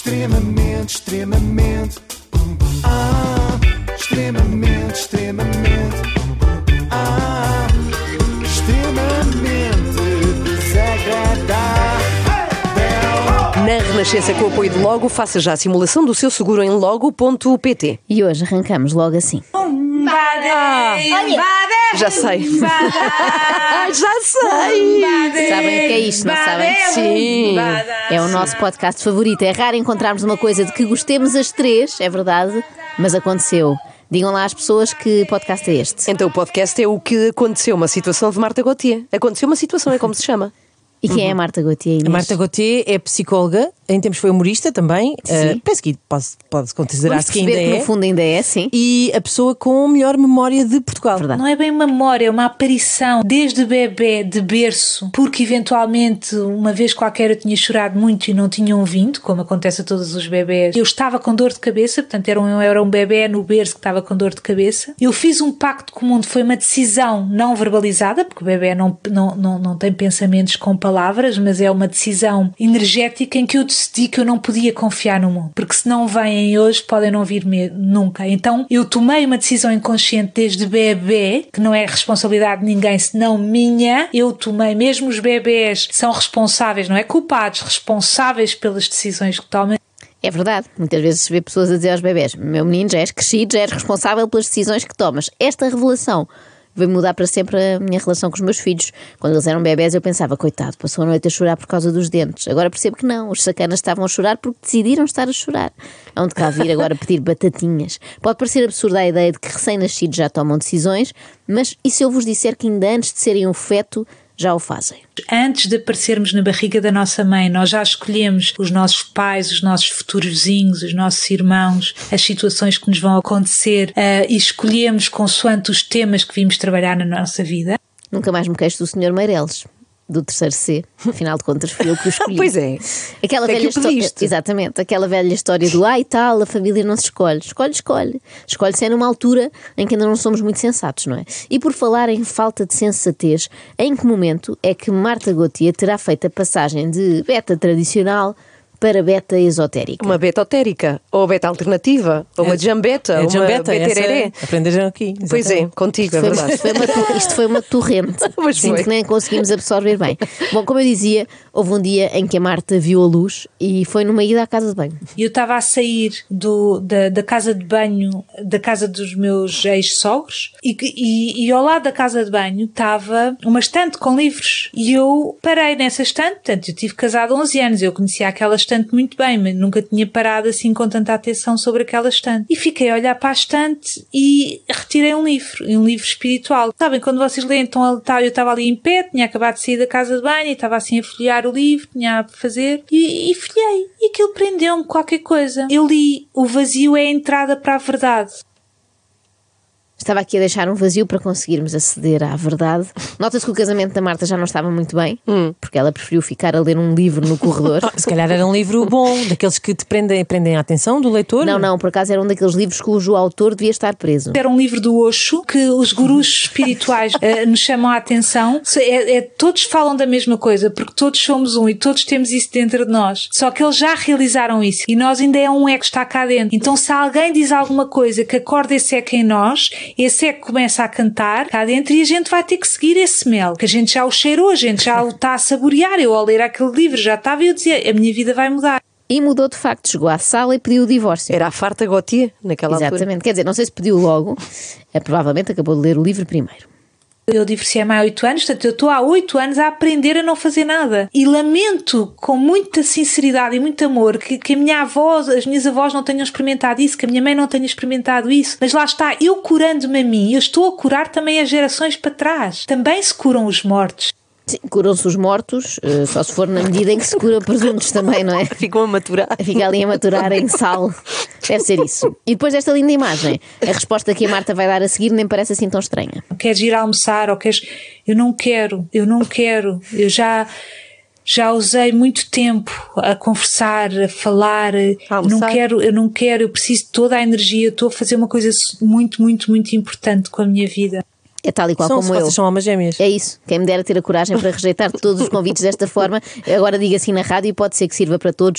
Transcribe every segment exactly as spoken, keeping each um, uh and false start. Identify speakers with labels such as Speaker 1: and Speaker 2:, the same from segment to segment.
Speaker 1: Extremamente, extremamente. Ah, extremamente, extremamente. Ah, extremamente desagradável.
Speaker 2: Na Renascença, com o apoio de Logo, faça já a simulação do seu seguro em logo ponto pt.
Speaker 3: E hoje arrancamos logo assim.
Speaker 2: Ah, já sei. Já sei.
Speaker 3: Sabem o que é isto, não sabem?
Speaker 2: Sim.
Speaker 3: É o nosso podcast favorito. É raro encontrarmos uma coisa de que gostemos as três, é verdade, mas aconteceu. Digam lá às pessoas que podcast é este.
Speaker 2: Então o podcast é o que aconteceu, uma situação de Marta Gauthier. Aconteceu uma situação, é como se chama.
Speaker 3: E quem uhum. é a Marta Gauthier, Inês?
Speaker 4: A Marta Gauthier é psicóloga, em tempos foi humorista também. Uh, penso que pode-se pode considerar-se que ainda
Speaker 3: que
Speaker 4: é.
Speaker 3: no fundo ainda é, sim.
Speaker 4: E a pessoa com a melhor memória de Portugal.
Speaker 3: Verdade.
Speaker 5: Não é bem uma memória, é uma aparição desde bebê, de berço, porque eventualmente uma vez qualquer eu tinha chorado muito e não tinham vindo, como acontece a todos os bebés. Eu estava com dor de cabeça, portanto era um, era um bebê no berço que estava com dor de cabeça. Eu fiz um pacto com o mundo, foi uma decisão não verbalizada, porque o bebê não, não, não, não tem pensamentos com palavras, mas é uma decisão energética em que eu decidi que eu não podia confiar no mundo, porque se não vêm hoje podem não vir nunca. Então eu tomei uma decisão inconsciente desde bebê, que não é responsabilidade de ninguém senão minha. Eu tomei, mesmo os bebés são responsáveis, não é culpados, responsáveis pelas decisões que tomam.
Speaker 3: É verdade, muitas vezes se vê pessoas a dizer aos bebés: meu menino, já és crescido, já és responsável pelas decisões que tomas. Esta revelação veio mudar para sempre a minha relação com os meus filhos. Quando eles eram bebés eu pensava, coitado, passou a noite a chorar por causa dos dentes. Agora percebo que não, os sacanas estavam a chorar porque decidiram estar a chorar. Hão de cá vir agora pedir batatinhas. Pode parecer absurda a ideia de que recém-nascidos já tomam decisões, mas e se eu vos disser que ainda antes de serem um feto já o fazem?
Speaker 5: Antes de aparecermos na barriga da nossa mãe, nós já escolhemos os nossos pais, os nossos futuros vizinhos, os nossos irmãos, as situações que nos vão acontecer uh, e escolhemos consoante os temas que vimos trabalhar na nossa vida.
Speaker 3: Nunca mais me queixo do senhor Meireles, do terceiro C, afinal de contas fui eu que o escolhi.
Speaker 2: Pois é.
Speaker 3: Aquela
Speaker 2: é
Speaker 3: velha história, exatamente, aquela velha história do ai tal, a família não se escolhe. Escolhe, escolhe. Escolhe-se é numa altura em que ainda não somos muito sensatos, não é? E por falar em falta de sensatez, em que momento é que Marta Gauthier terá feito a passagem de beta tradicional para beta esotérica?
Speaker 2: Uma beta otérica, ou beta alternativa, ou uma jambeta,
Speaker 4: é
Speaker 2: uma
Speaker 4: jambeta,
Speaker 2: betereré.
Speaker 4: Aprenderam aqui. Exatamente.
Speaker 2: Pois é, contigo, é
Speaker 3: Foi,
Speaker 2: verdade.
Speaker 3: isto, foi uma, isto foi uma torrente.
Speaker 2: Mas
Speaker 3: Sinto
Speaker 2: foi.
Speaker 3: que nem conseguimos absorver bem. Bom, como eu dizia, houve um dia em que a Marta viu a luz e foi numa ida à casa de banho.
Speaker 5: Eu estava a sair do, da, da casa de banho, da casa dos meus ex-sogros, e, e, e ao lado da casa de banho estava uma estante com livros. E eu parei nessa estante, portanto, eu tive casado há onze anos, eu conhecia aquela estante muito bem, mas nunca tinha parado assim com tanta atenção sobre aquela estante. E fiquei a olhar para a estante e retirei um livro, um livro espiritual. Sabem, quando vocês leem, então, eu estava ali em pé, tinha acabado de sair da casa de banho e estava assim a folhear o livro, tinha a fazer, e, e folhei. E aquilo prendeu-me qualquer coisa. Eu li: o vazio é a entrada para a verdade.
Speaker 3: Estava aqui a deixar um vazio para conseguirmos aceder à verdade. Nota-se que o casamento da Marta já não estava muito bem, hum. porque ela preferiu ficar a ler um livro no corredor.
Speaker 4: Oh, se calhar era um livro bom, daqueles que te prendem, prendem a atenção do leitor.
Speaker 3: Não, não, por acaso era um daqueles livros cujo autor devia estar preso.
Speaker 5: Era um livro do Osho, que os gurus espirituais uh, nos chamam a atenção. É, é, todos falam da mesma coisa, porque todos somos um e todos temos isso dentro de nós. Só que eles já realizaram isso e nós ainda é um eco que está cá dentro. Então se alguém diz alguma coisa que acorda esse eco em nós, esse eco começa a cantar cá dentro e a gente vai ter que seguir esse mel, que a gente já o cheirou, a gente já o está a saborear. Eu ao ler aquele livro já estava e eu dizia, a minha vida vai mudar.
Speaker 3: E mudou de facto, chegou à sala e pediu o divórcio.
Speaker 2: Era a farta Gauthier naquela
Speaker 3: Exatamente.
Speaker 2: altura.
Speaker 3: Exatamente, quer dizer, não sei se pediu logo, é, provavelmente acabou de ler o livro primeiro.
Speaker 5: Eu divorciei-me há oito anos, portanto eu estou há oito anos a aprender a não fazer nada. E lamento com muita sinceridade e muito amor que, que a minha avó, as minhas avós não tenham experimentado isso, que a minha mãe não tenha experimentado isso. Mas lá está, eu curando-me a mim, eu estou a curar também as gerações para trás. Também se curam os mortos.
Speaker 3: Sim, curam-se os mortos, só se for na medida em que se curam presuntos também, não é?
Speaker 2: Ficam a maturar.
Speaker 3: Fica ali a maturar em sal. Deve ser isso. E depois desta linda imagem, a resposta que a Marta vai dar a seguir nem parece assim tão estranha.
Speaker 5: Queres ir almoçar ou queres... Eu não quero, eu não quero. Eu já... Já usei muito tempo a conversar, a falar. Não quero, eu não quero, eu preciso de toda a energia. Eu estou a fazer uma coisa muito, muito, muito importante com a minha vida.
Speaker 3: É tal e qual
Speaker 4: são,
Speaker 3: como
Speaker 4: vocês
Speaker 3: eu.
Speaker 4: São almas gêmeas.
Speaker 3: É isso. Quem me dera ter a coragem para rejeitar todos os convites desta forma. Agora digo assim na rádio e pode ser que sirva para todos.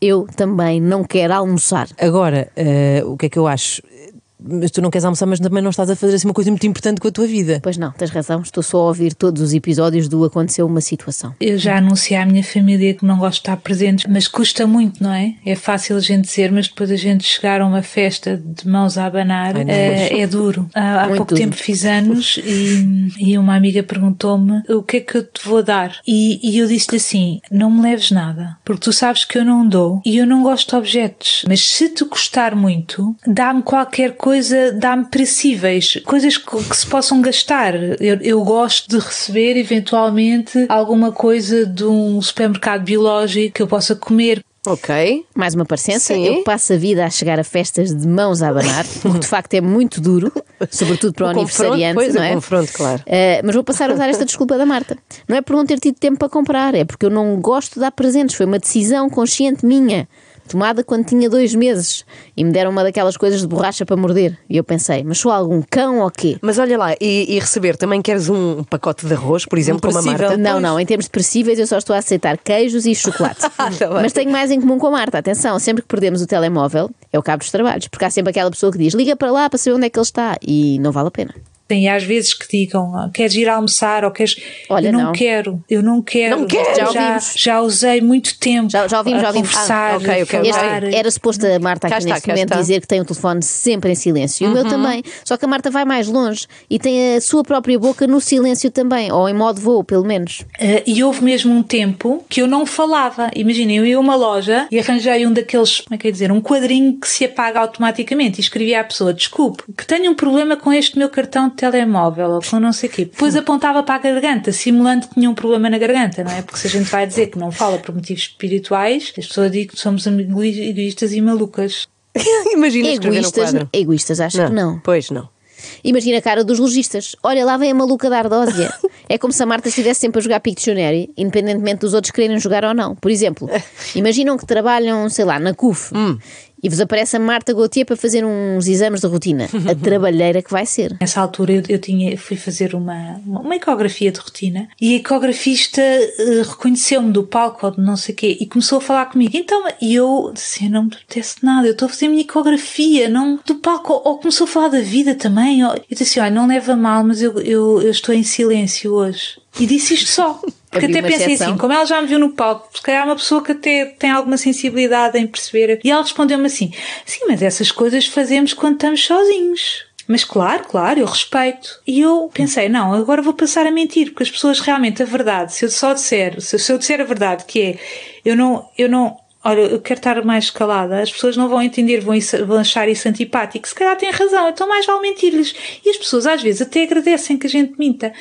Speaker 3: eu também não quero almoçar.
Speaker 4: Agora, uh, o que é que eu acho? Mas tu não queres almoçar, mas também não estás a fazer assim uma coisa muito importante com a tua vida.
Speaker 3: Pois não, tens razão, estou só a ouvir todos os episódios do Aconteceu uma Situação.
Speaker 5: Eu já anunciei à minha família que não gosto de estar presente, mas custa muito, não é? É fácil a gente dizer, mas depois a gente chegar a uma festa de mãos a abanar. Ai, é, é duro. Há, há pouco duro. tempo fiz anos e, e uma amiga perguntou-me o que é que eu te vou dar? E, e eu disse-lhe assim, não me leves nada, porque tu sabes que eu não dou e eu não gosto de objetos, mas se te custar muito, dá-me qualquer coisa coisa dá-me perecíveis, coisas que, que se possam gastar. Eu, eu gosto de receber eventualmente alguma coisa de um supermercado biológico que eu possa comer.
Speaker 2: Ok.
Speaker 3: Mais uma parecença.
Speaker 2: Sim.
Speaker 3: Eu passo a vida a chegar a festas de mãos a abanar, o que de facto é muito duro, sobretudo para o, o aniversariante,
Speaker 2: pois,
Speaker 3: não é?
Speaker 2: O confronto, claro.
Speaker 3: Uh, mas vou passar a usar esta desculpa da Marta. Não é por não ter tido tempo para comprar, é porque eu não gosto de dar presentes. Foi uma decisão consciente minha, tomada quando tinha dois meses, e me deram uma daquelas coisas de borracha para morder. E eu pensei, mas sou algum cão ou quê?
Speaker 2: Mas olha lá, e, e receber, também queres um pacote de arroz, por exemplo, como a Marta?
Speaker 3: Não, não, em termos de perecíveis eu só estou a aceitar queijos e chocolate.
Speaker 2: Tá
Speaker 3: Mas tenho mais em comum com a Marta, atenção, sempre que perdemos o telemóvel é o cabo dos trabalhos, porque há sempre aquela pessoa que diz, liga para lá para saber onde é que ele está, e não vale a pena.
Speaker 5: Tem às vezes que digam, queres ir almoçar ou queres...
Speaker 3: Olha,
Speaker 5: eu não,
Speaker 3: não
Speaker 5: quero, eu não quero.
Speaker 2: Não quero.
Speaker 3: Já
Speaker 5: já,
Speaker 3: ouvimos.
Speaker 5: já usei muito tempo
Speaker 3: Já, já ouvimos,
Speaker 5: a
Speaker 3: já ouvimos.
Speaker 5: conversar,
Speaker 2: Ah, ok, ok,
Speaker 3: Este,
Speaker 5: falar.
Speaker 3: era suposto a Marta
Speaker 2: Cá
Speaker 3: aqui
Speaker 2: está,
Speaker 3: neste
Speaker 2: cá
Speaker 3: momento
Speaker 2: está.
Speaker 3: dizer que tem o telefone sempre em silêncio, e o meu também, só que a Marta vai mais longe e tem a sua própria boca no silêncio também, ou em modo voo, pelo menos.
Speaker 5: Uh, e houve mesmo um tempo que eu não falava. Imaginem, eu ia a uma loja e arranjei um daqueles, como é que é dizer, um quadrinho que se apaga automaticamente, e escrevi à pessoa, desculpe, que tenho um problema com este meu cartão de telemóvel, ou com não sei o quê. Depois apontava para a garganta, simulando que tinha um problema na garganta, não é? Porque se a gente vai dizer que não fala por motivos espirituais, as pessoas dizem que somos egoístas e malucas.
Speaker 2: Imagina escrever no
Speaker 3: Egoístas,
Speaker 2: quadro.
Speaker 3: egoístas, acho que não.
Speaker 2: Pois não.
Speaker 3: Imagina a cara dos lojistas. Olha, lá vem a maluca da ardósia. É como se a Marta estivesse sempre a jogar Pictionary, independentemente dos outros quererem jogar ou não. Por exemplo, imaginam que trabalham, sei lá, na C U F hum. e vos aparece a Marta Gauthier para fazer uns exames de rotina. A trabalheira que vai ser.
Speaker 5: Nessa altura eu, eu tinha, fui fazer uma, uma ecografia de rotina e a ecografista uh, reconheceu-me do palco ou de não sei o quê e começou a falar comigo. Então, e eu disse, não me apetece nada, eu estou a fazer a minha ecografia, não do palco. Ou, ou começou a falar da vida também. Ou, eu disse, olha, não leva mal, mas eu, eu, eu estou em silêncio hoje. E disse isto só. Porque
Speaker 3: Abriu
Speaker 5: até
Speaker 3: uma
Speaker 5: pensei
Speaker 3: exceção.
Speaker 5: assim, como ela já me viu no palco, se calhar é uma pessoa que até tem alguma sensibilidade em perceber. E ela respondeu-me assim, sim, mas essas coisas fazemos quando estamos sozinhos. Mas claro, claro, eu respeito. E eu pensei, não, agora vou passar a mentir, porque as pessoas realmente, a verdade, se eu só disser, se eu, se eu disser a verdade, que é, eu não, eu não, olha, eu quero estar mais calada, as pessoas não vão entender, vão, isso, vão achar isso antipático, se calhar têm razão, então mais vale mentir-lhes. E as pessoas às vezes até agradecem que a gente minta.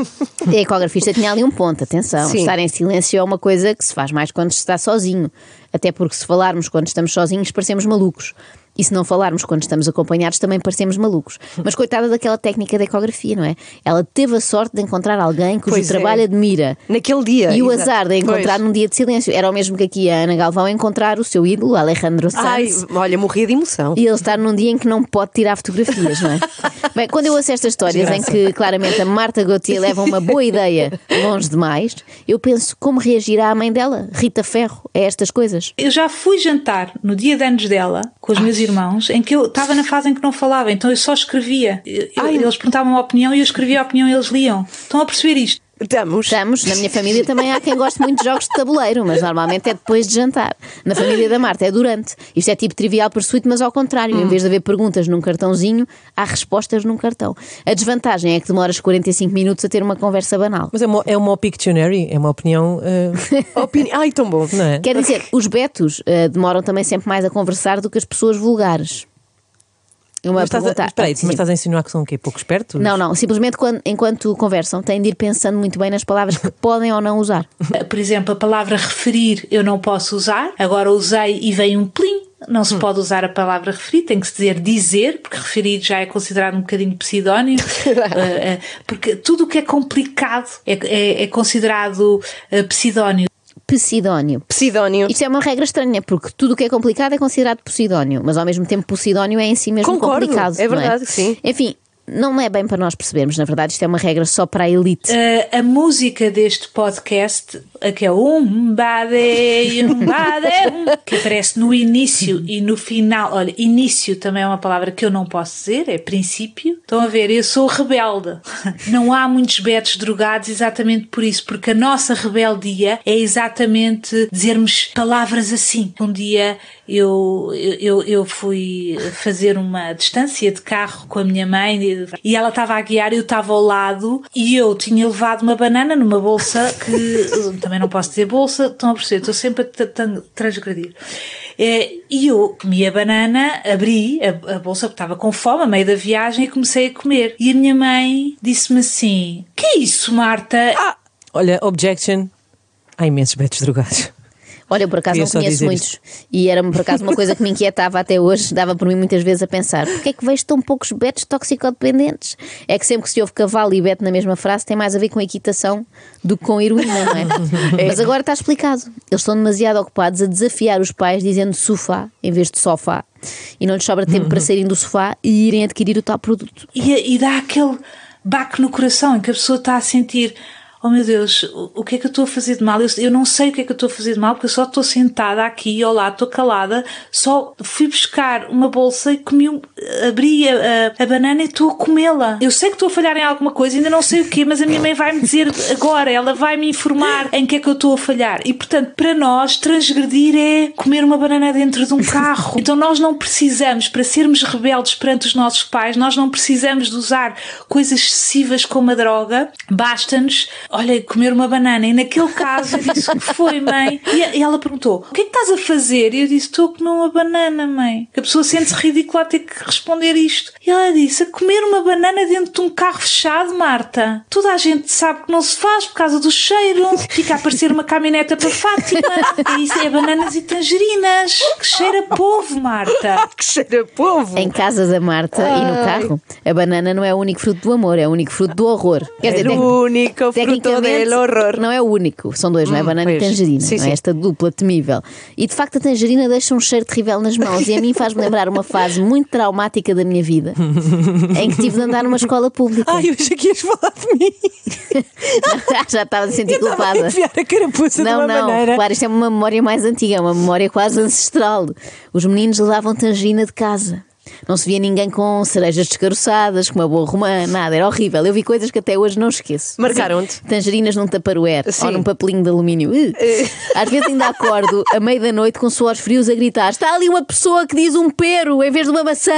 Speaker 3: A ecografista tinha ali um ponto, atenção,
Speaker 2: Sim.
Speaker 3: estar em silêncio é uma coisa que se faz mais quando se está sozinho, até porque se falarmos quando estamos sozinhos parecemos malucos. E se não falarmos quando estamos acompanhados também parecemos malucos. Mas coitada daquela técnica da ecografia, não é? Ela teve a sorte de encontrar alguém cujo
Speaker 2: Pois é.
Speaker 3: trabalho admira.
Speaker 2: Naquele dia.
Speaker 3: E o
Speaker 2: exato.
Speaker 3: azar de encontrar
Speaker 2: Pois.
Speaker 3: num dia de silêncio. Era o mesmo que aqui a Ana Galvão encontrar o seu ídolo, Alejandro
Speaker 2: Ai,
Speaker 3: Sanz.
Speaker 2: olha, morria de emoção.
Speaker 3: E ele estar num dia em que não pode tirar fotografias, não é? Bem, quando eu ouço estas histórias em que claramente a Marta Gauthier leva uma boa ideia longe demais, eu penso como reagirá a mãe dela, Rita Ferro, a estas coisas.
Speaker 5: Eu já fui jantar no dia de anos dela, com os meus irmãos, em que eu estava na fase em que não falava, então eu só escrevia. Eu,
Speaker 2: Ai.
Speaker 5: eles perguntavam a opinião e eu escrevia a opinião e eles liam. Estão a perceber isto?
Speaker 2: Estamos.
Speaker 3: Estamos, na minha família também há quem goste muito de jogos de tabuleiro, mas normalmente é depois de jantar. Na família da Marta é durante. Isto é tipo Trivial Pursuit, mas ao contrário. Em vez de haver perguntas num cartãozinho, há respostas num cartão. A desvantagem é que demoras quarenta e cinco minutos a ter uma conversa banal.
Speaker 4: Mas é uma, é uma Pictionary, é uma opinião. Uh,
Speaker 2: Opini... Ai, tão bom.
Speaker 4: não é?
Speaker 3: Quer dizer, os betos uh, demoram também sempre mais a conversar do que as pessoas vulgares. Uma
Speaker 4: Mas estás, a,
Speaker 3: pergunta-
Speaker 4: mas espera aí,
Speaker 3: Sim.
Speaker 4: mas estás a insinuar que são o quê? Pouco espertos?
Speaker 3: Não, não, simplesmente quando, enquanto conversam têm de ir pensando muito bem nas palavras que podem ou não usar.
Speaker 5: Por exemplo, a palavra referir eu não posso usar, agora usei e veio um plim. Não se pode usar a palavra referir, tem que se dizer dizer, porque referir já é considerado um bocadinho pseudónimo. uh, uh, porque tudo o que é complicado é, é, é considerado uh, pseudónimo.
Speaker 3: Pseudónio.
Speaker 2: Pseudónio.
Speaker 3: Isto é uma regra estranha, porque tudo o que é complicado é considerado Posidónio, mas ao mesmo tempo Posidónio é em si mesmo
Speaker 2: Concordo,
Speaker 3: complicado.
Speaker 2: é
Speaker 3: não
Speaker 2: verdade, sim.
Speaker 3: Enfim, não é bem para nós percebermos, na verdade, isto é uma regra só para a elite.
Speaker 5: Uh, a música deste podcast, que é um bade, um bade, que aparece no início e no final. Olha, início também é uma palavra que eu não posso dizer, é princípio. Estão a ver, eu sou rebelde. Não há muitos betos drogados exatamente por isso, porque a nossa rebeldia é exatamente dizermos palavras assim. Um dia eu, eu, eu fui fazer uma distância de carro com a minha mãe e ela estava a guiar, eu estava ao lado e eu tinha levado uma banana numa bolsa que também não posso dizer bolsa, estão a perceber, estou sempre a transgredir. E eu comi a banana, abri a, a bolsa porque estava com fome a meio da viagem e comecei a comer. E a minha mãe disse-me assim: que é isso, Marta?
Speaker 4: Ah, olha, objection. Há imensos betos drogados.
Speaker 3: Olha, por acaso não conheço muitos. Isto. E era por acaso uma coisa que me inquietava até hoje, dava por mim muitas vezes a pensar: porque é que vejo tão poucos betos toxicodependentes? É que sempre que se ouve cavalo e beto na mesma frase tem mais a ver com equitação do que com heroína, não é? Mas agora está explicado. Eles estão demasiado ocupados a desafiar os pais dizendo sofá em vez de sofá. E não lhes sobra tempo para saírem do sofá e irem adquirir o tal produto.
Speaker 5: E, e dá aquele baque no coração em que a pessoa está a sentir: oh meu Deus, o que é que eu estou a fazer de mal? Eu, eu não sei o que é que eu estou a fazer de mal, porque eu só estou sentada aqui, ou lá, estou calada, só fui buscar uma bolsa e comi, um, abri a, a, a banana e estou a comê-la. Eu sei que estou a falhar em alguma coisa, ainda não sei o quê, mas a minha mãe vai-me dizer agora, ela vai-me informar em que é que eu estou a falhar. E portanto, para nós, transgredir é comer uma banana dentro de um carro. Então nós não precisamos, para sermos rebeldes perante os nossos pais, nós não precisamos de usar coisas excessivas como a droga, basta-nos olha, comer uma banana. E naquele caso eu disse: o que foi, mãe? E ela perguntou: o que é que estás a fazer? E eu disse: estou a comer uma banana, mãe. A pessoa sente-se ridícula a ter que responder isto. E ela disse: a comer uma banana dentro de um carro fechado, Marta? Toda a gente sabe que não se faz por causa do cheiro. Fica a parecer uma caminhoneta para Fátima. E isso é bananas e tangerinas. Que cheira a polvo, Marta.
Speaker 4: Que cheira a polvo.
Speaker 3: Em casa da Marta Ai. E no carro, a banana não é o único fruto do amor, é o único fruto do horror. Quer dizer,
Speaker 4: é o único fruto del horror.
Speaker 3: Não é o único, são dois, hum, não é? Banana pois. E tangerina, sim, não é? Sim. Esta dupla temível. E de facto a tangerina deixa um cheiro terrível nas mãos e a mim faz-me lembrar uma fase muito traumática da minha vida em que tive de andar numa escola pública.
Speaker 4: Ai, eu achei que ias falar de mim.
Speaker 3: Já estava a sentir
Speaker 4: eu
Speaker 3: culpada.
Speaker 4: Eu estava a enfiar a carapuça
Speaker 3: não,
Speaker 4: de uma
Speaker 3: não,
Speaker 4: maneira.
Speaker 3: Claro, isto é uma memória mais antiga, é uma memória quase ancestral. Os meninos levavam tangerina de casa. Não se via ninguém com cerejas descaroçadas, com uma boa romã, nada, era horrível. Eu vi coisas que até hoje não esqueço.
Speaker 2: Marcaram-te?
Speaker 3: Tangerinas num tupperware ou num papelinho de alumínio. Uh. Às vezes ainda acordo, à meia da noite, com suores frios a gritar: está ali uma pessoa que diz um pero em vez de uma maçã.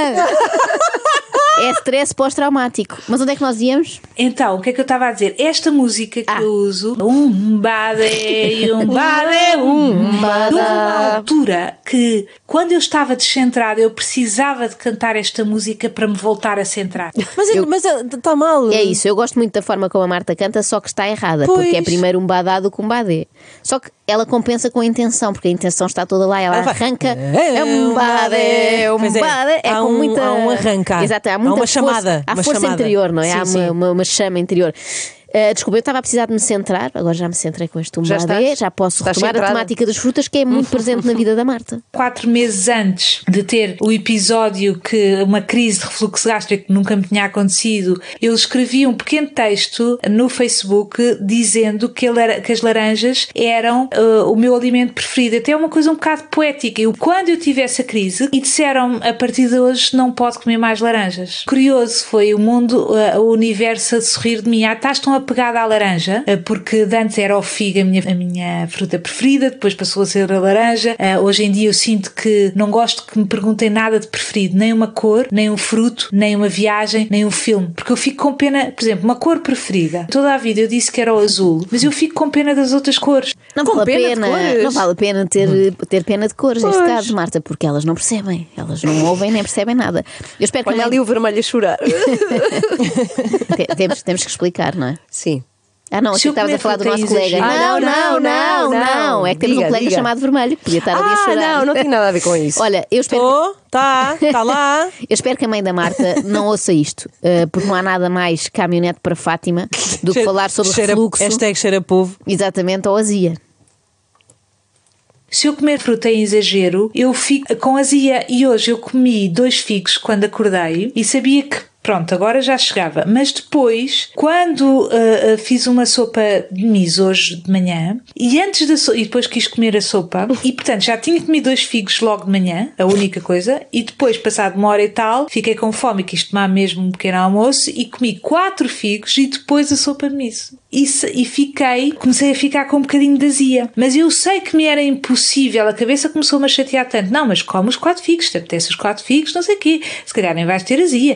Speaker 3: É stress pós-traumático. Mas onde é que nós íamos?
Speaker 5: Então, o que é que eu estava a dizer? Esta música que ah. eu uso, um bade, um bade, um bade. Houve uma altura que, quando eu estava descentrada, eu precisava de cantar esta música para me voltar a centrar.
Speaker 4: Mas
Speaker 3: eu,
Speaker 4: está mal.
Speaker 3: É isso, eu gosto muito da forma como a Marta canta, só que está errada, pois. Porque é primeiro um badá do que um badé. Só que ela compensa com a intenção, porque a intenção está toda lá, ela arranca é um badé, um badé. É, é com
Speaker 4: um,
Speaker 3: muita...
Speaker 4: Há um arrancar.
Speaker 3: Exato, há muita
Speaker 4: há uma
Speaker 3: força,
Speaker 4: chamada.
Speaker 3: Há
Speaker 4: uma
Speaker 3: força
Speaker 4: chamada.
Speaker 3: interior, não é?
Speaker 4: Sim,
Speaker 3: há
Speaker 4: sim.
Speaker 3: Uma, uma, uma chama interior. Uh, desculpa, eu estava a precisar de me centrar, agora já me centrei com este um
Speaker 2: já,
Speaker 3: badé, já posso
Speaker 2: estás
Speaker 3: retomar
Speaker 2: centrada.
Speaker 3: A temática das frutas, que é muito presente na vida da Marta.
Speaker 5: Quatro meses antes de ter o episódio que uma crise de refluxo gástrico que nunca me tinha acontecido, eu escrevi um pequeno texto no Facebook dizendo que, ele era, que as laranjas eram uh, o meu alimento preferido. Até uma coisa um bocado poética. Eu, quando eu tive essa crise e disseram-me: a partir de hoje não pode comer mais laranjas. Curioso foi o mundo, uh, o universo a sorrir de mim. Ah, estás tão apegada à laranja, porque de antes era o figo a minha, a minha fruta preferida, depois passou a ser a laranja. Uh, hoje em dia eu sinto que não gosto que me perguntem nada de preferido, nem uma cor, nem um fruto, nem uma viagem, nem um filme, porque eu fico com pena. Por exemplo, uma cor preferida, toda a vida eu disse que era o azul, mas eu fico com pena das outras cores.
Speaker 3: Não
Speaker 2: com
Speaker 3: vale a
Speaker 2: pena,
Speaker 3: pena, não vale a pena ter, ter pena de cores
Speaker 2: pois.
Speaker 3: Neste caso, Marta, porque elas não percebem, elas não ouvem nem percebem nada. Eu espero que
Speaker 2: Olha
Speaker 3: mãe...
Speaker 2: ali o vermelho a chorar.
Speaker 3: temos, temos que explicar, não é?
Speaker 2: Sim.
Speaker 3: Ah, não, aqui estavas a falar do nosso colega.
Speaker 2: Ah,
Speaker 3: não, não, não, não, não. É que temos
Speaker 2: diga,
Speaker 3: um colega
Speaker 2: diga.
Speaker 3: chamado Vermelho que podia estar ali a
Speaker 2: Ah,
Speaker 3: chorar.
Speaker 2: não, não tem nada a ver com isso.
Speaker 3: Olha, eu espero.
Speaker 4: Estou, está, está lá.
Speaker 3: Eu espero que a mãe da Marta não ouça isto, uh, porque não há nada mais caminhonete para Fátima do que
Speaker 4: Cheira,
Speaker 3: falar sobre
Speaker 4: cheira,
Speaker 3: refluxo.
Speaker 4: Hashtag cheira povo.
Speaker 3: Exatamente, ou azia.
Speaker 5: Se eu comer fruta em exagero, eu fico com azia. E hoje eu comi dois figos quando acordei e sabia que Pronto, agora já chegava. Mas depois, quando uh, uh, fiz uma sopa de miso hoje de manhã, e antes da sopa, e depois quis comer a sopa, e portanto já tinha comido dois figos logo de manhã, a única coisa, e depois, passado uma hora e tal, fiquei com fome e quis tomar mesmo um pequeno almoço e comi quatro figos e depois a sopa de miso. E, e fiquei, comecei a ficar com um bocadinho de azia. Mas eu sei que me era impossível, a cabeça começou-me a chatear tanto. Não, mas come os quatro figos, te apetece os quatro figos, não sei o quê, se calhar nem vais ter azia.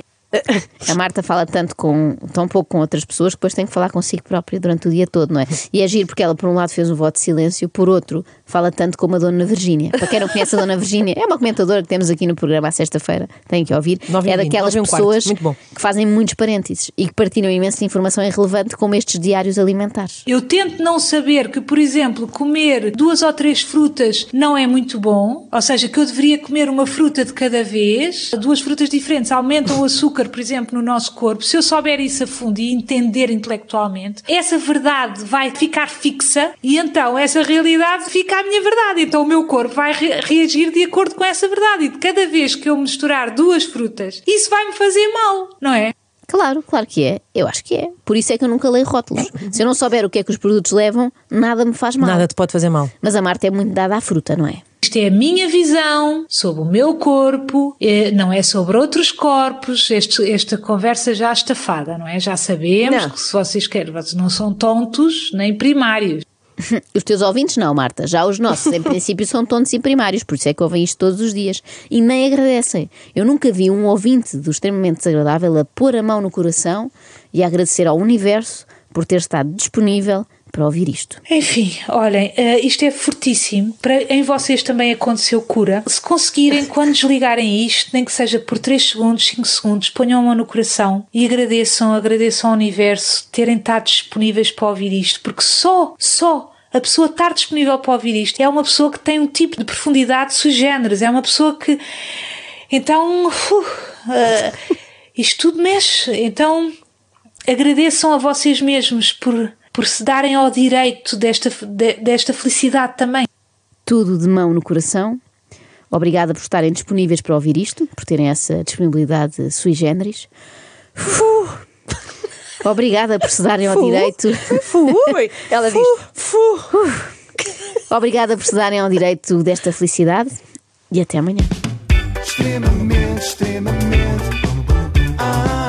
Speaker 3: A Marta fala tanto com, tão pouco com outras pessoas que depois tem que falar consigo própria durante o dia todo, não é? E é giro porque ela, por um lado, fez um voto de silêncio, por outro, fala tanto como a Dona Virgínia. Para quem não conhece a Dona Virgínia, é uma comentadora que temos aqui no programa à sexta-feira, tem que ouvir. É daquelas pessoas que fazem muitos parênteses e que partilham imensa informação irrelevante, como estes diários alimentares.
Speaker 5: Eu tento não saber que, por exemplo, comer duas ou três frutas não é muito bom, ou seja, que eu deveria comer uma fruta de cada vez. Duas frutas diferentes aumentam o açúcar, por exemplo, no nosso corpo. Se eu souber isso a fundo e entender intelectualmente, essa verdade vai ficar fixa e então essa realidade fica a minha verdade. Então o meu corpo vai re- reagir de acordo com essa verdade. E de cada vez que eu misturar duas frutas, isso vai-me fazer mal, não é?
Speaker 3: Claro, claro que é. Eu acho que é. Por isso é que eu nunca leio rótulos. Se eu não souber o que é que os produtos levam, nada me faz mal.
Speaker 4: Nada te pode fazer mal.
Speaker 3: Mas a Marta é muito dada à fruta, não é?
Speaker 5: Isto é a minha visão sobre o meu corpo, é, não é sobre outros corpos. Este, esta conversa já estafada, não é? Já sabemos
Speaker 2: não.
Speaker 5: que se vocês querem, vocês não são tontos nem primários.
Speaker 3: Os teus ouvintes não, Marta. Já os nossos, em princípio, são tontos e primários, por isso é que ouvem isto todos os dias. E nem agradecem. Eu nunca vi um ouvinte do extremamente desagradável a pôr a mão no coração e a agradecer ao universo por ter estado disponível para ouvir isto.
Speaker 5: Enfim, olhem, uh, isto é fortíssimo. Para, em vocês também aconteceu cura. Se conseguirem, quando desligarem isto, nem que seja por três segundos, cinco segundos, ponham a mão no coração e agradeçam, agradeçam ao universo terem estado disponíveis para ouvir isto, porque só, só a pessoa estar disponível para ouvir isto é uma pessoa que tem um tipo de profundidade sui generis, é uma pessoa que... Então, uh, uh, isto tudo mexe. Então, agradeçam a vocês mesmos por... por se darem ao direito desta, de, desta felicidade também.
Speaker 3: Tudo de mão no coração. Obrigada por estarem disponíveis para ouvir isto, por terem essa disponibilidade sui generis. Fu. Obrigada por se darem ao
Speaker 4: Fu.
Speaker 3: direito.
Speaker 4: Fu.
Speaker 3: Ela diz.
Speaker 4: Fu.
Speaker 3: Fu. Obrigada por se darem ao direito desta felicidade e até amanhã.
Speaker 1: Extremamente, extremamente. Ah.